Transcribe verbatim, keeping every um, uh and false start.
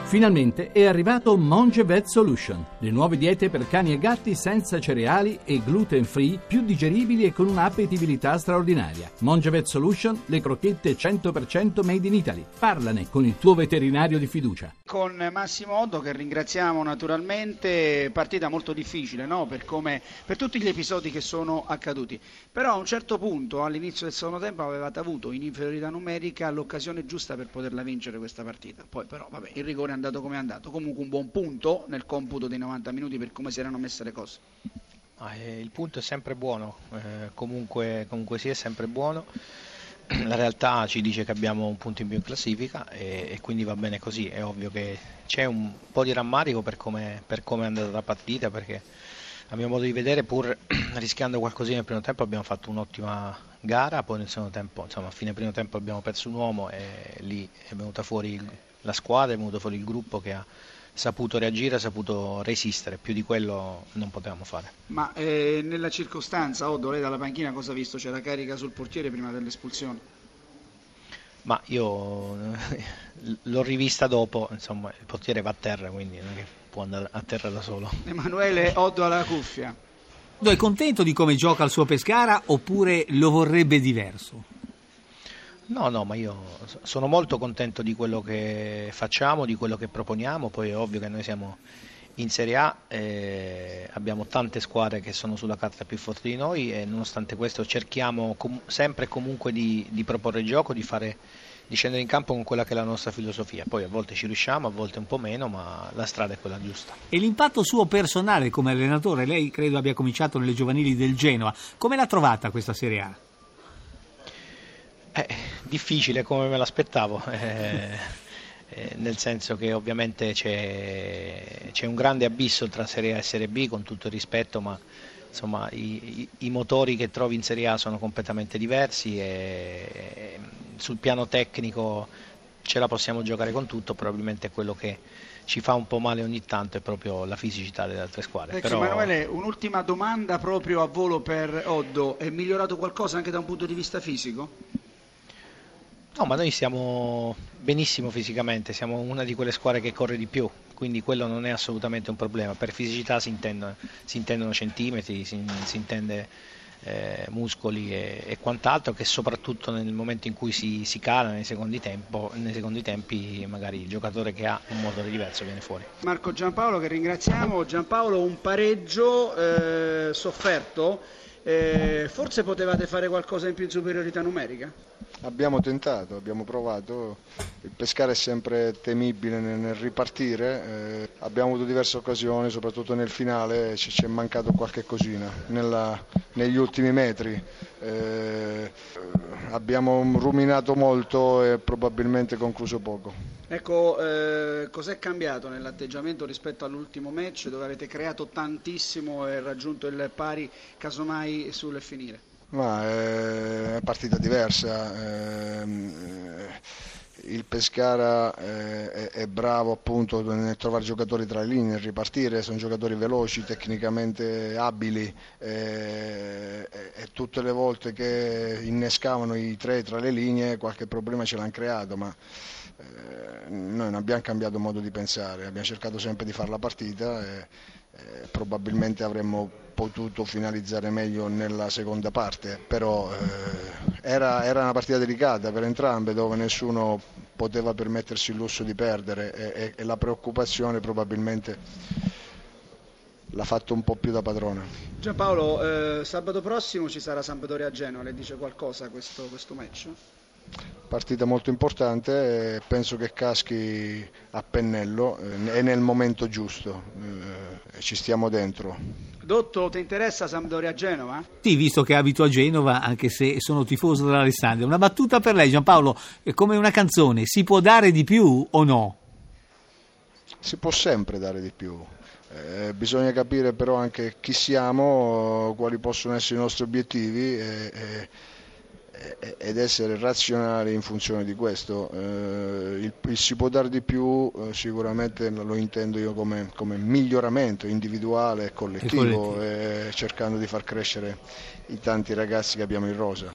Finalmente è arrivato Monge Vet Solution, le nuove diete per cani e gatti senza cereali e gluten free, più digeribili e con un'appetibilità straordinaria. Monge Vet Solution, le crocchette cento per cento made in Italy. Parlane con il tuo veterinario di fiducia. Con Massimo Oddo, che ringraziamo naturalmente, partita molto difficile, no? Per come, per tutti gli episodi che sono accaduti, però a un certo punto all'inizio del secondo tempo avevate avuto in inferiorità numerica l'occasione giusta per poterla vincere questa partita. Poi però vabbè, il rigore è andato come è andato, comunque un buon punto nel computo dei novanta minuti per come si erano messe le cose. Ah, eh, il punto è sempre buono, eh, comunque, comunque sì, è sempre buono. La realtà ci dice che abbiamo un punto in più in classifica e, e quindi va bene così. È ovvio che c'è un po' di rammarico per come, per come è andata la partita, perché a mio modo di vedere, pur rischiando qualcosina nel primo tempo, abbiamo fatto un'ottima gara. Poi nel secondo tempo, insomma, a fine primo tempo abbiamo perso un uomo e lì è venuta fuori la squadra, è venuto fuori il gruppo che ha saputo reagire, ha saputo resistere. Più di quello non potevamo fare. Ma eh, nella circostanza, Oddo, lei dalla panchina cosa ha visto? C'era carica sul portiere prima dell'espulsione? Ma io l'ho rivista dopo, insomma, il portiere va a terra, quindi non è che può andare a terra da solo. Emanuele, Oddo alla cuffia. È contento di come gioca il suo Pescara oppure lo vorrebbe diverso? No, no, ma io sono molto contento di quello che facciamo, di quello che proponiamo. Poi è ovvio che noi siamo in Serie A, eh, abbiamo tante squadre che sono sulla carta più forti di noi e nonostante questo cerchiamo com- sempre e comunque di, di proporre gioco, di, fare, di scendere in campo con quella che è la nostra filosofia. Poi a volte ci riusciamo, a volte un po' meno, ma la strada è quella giusta. E l'impatto suo personale come allenatore? Lei credo abbia cominciato nelle giovanili del Genoa. Come l'ha trovata questa Serie A? Eh, difficile come me l'aspettavo, eh, eh, nel senso che ovviamente c'è, c'è un grande abisso tra Serie A e Serie B, con tutto il rispetto, ma insomma i, i, i motori che trovi in Serie A sono completamente diversi e, e sul piano tecnico ce la possiamo giocare con tutto. Probabilmente quello che ci fa un po' male ogni tanto è proprio la fisicità delle altre squadre. Ecco, Però... Emanuele, un'ultima domanda proprio a volo per Oddo: è migliorato qualcosa anche da un punto di vista fisico? No, ma noi siamo benissimo fisicamente, siamo una di quelle squadre che corre di più, quindi quello non è assolutamente un problema. Per fisicità si intendono, si intendono centimetri, si, si intende eh, muscoli e, e quant'altro, che soprattutto nel momento in cui si, si cala nei secondi, tempo, nei secondi tempi magari il giocatore che ha un motore diverso viene fuori. Marco Giampaolo, che ringraziamo. Giampaolo, un pareggio eh, sofferto, eh, forse potevate fare qualcosa in più in superiorità numerica? Abbiamo tentato, abbiamo provato, il Pescara è sempre temibile nel, nel ripartire, eh, abbiamo avuto diverse occasioni, soprattutto nel finale ci, ci è mancato qualche cosina, nella, negli ultimi metri, eh, abbiamo ruminato molto e probabilmente concluso poco. Ecco, eh, cos'è cambiato nell'atteggiamento rispetto all'ultimo match, dove avete creato tantissimo e raggiunto il pari casomai sul finire? Ma è una partita diversa, il Pescara è bravo appunto nel trovare giocatori tra le linee, nel ripartire, sono giocatori veloci, tecnicamente abili e tutte le volte che innescavano i tre tra le linee qualche problema ce l'hanno creato, ma noi non abbiamo cambiato modo di pensare, abbiamo cercato sempre di fare la partita e probabilmente avremmo potuto finalizzare meglio nella seconda parte, però eh, era, era una partita delicata per entrambe, dove nessuno poteva permettersi il lusso di perdere e, e, e la preoccupazione probabilmente l'ha fatto un po' più da padrone. Giampaolo, eh, sabato prossimo ci sarà Sampdoria-Genoa, le dice qualcosa questo, questo match? Partita molto importante e penso che caschi a pennello e nel momento giusto, eh, ci stiamo dentro. Dotto, ti interessa Sampdoria-Genova? Sì, visto che abito a Genova, anche se sono tifoso dell'Alessandria. Una battuta per lei, Giampaolo, è come una canzone: si può dare di più o no? Si può sempre dare di più, eh, bisogna capire però anche chi siamo, quali possono essere i nostri obiettivi e, e ed essere razionali in funzione di questo. Eh, il, il si può dare di più, eh, sicuramente lo intendo io come, come miglioramento individuale e collettivo, e collettivo. Eh, cercando di far crescere i tanti ragazzi che abbiamo in rosa.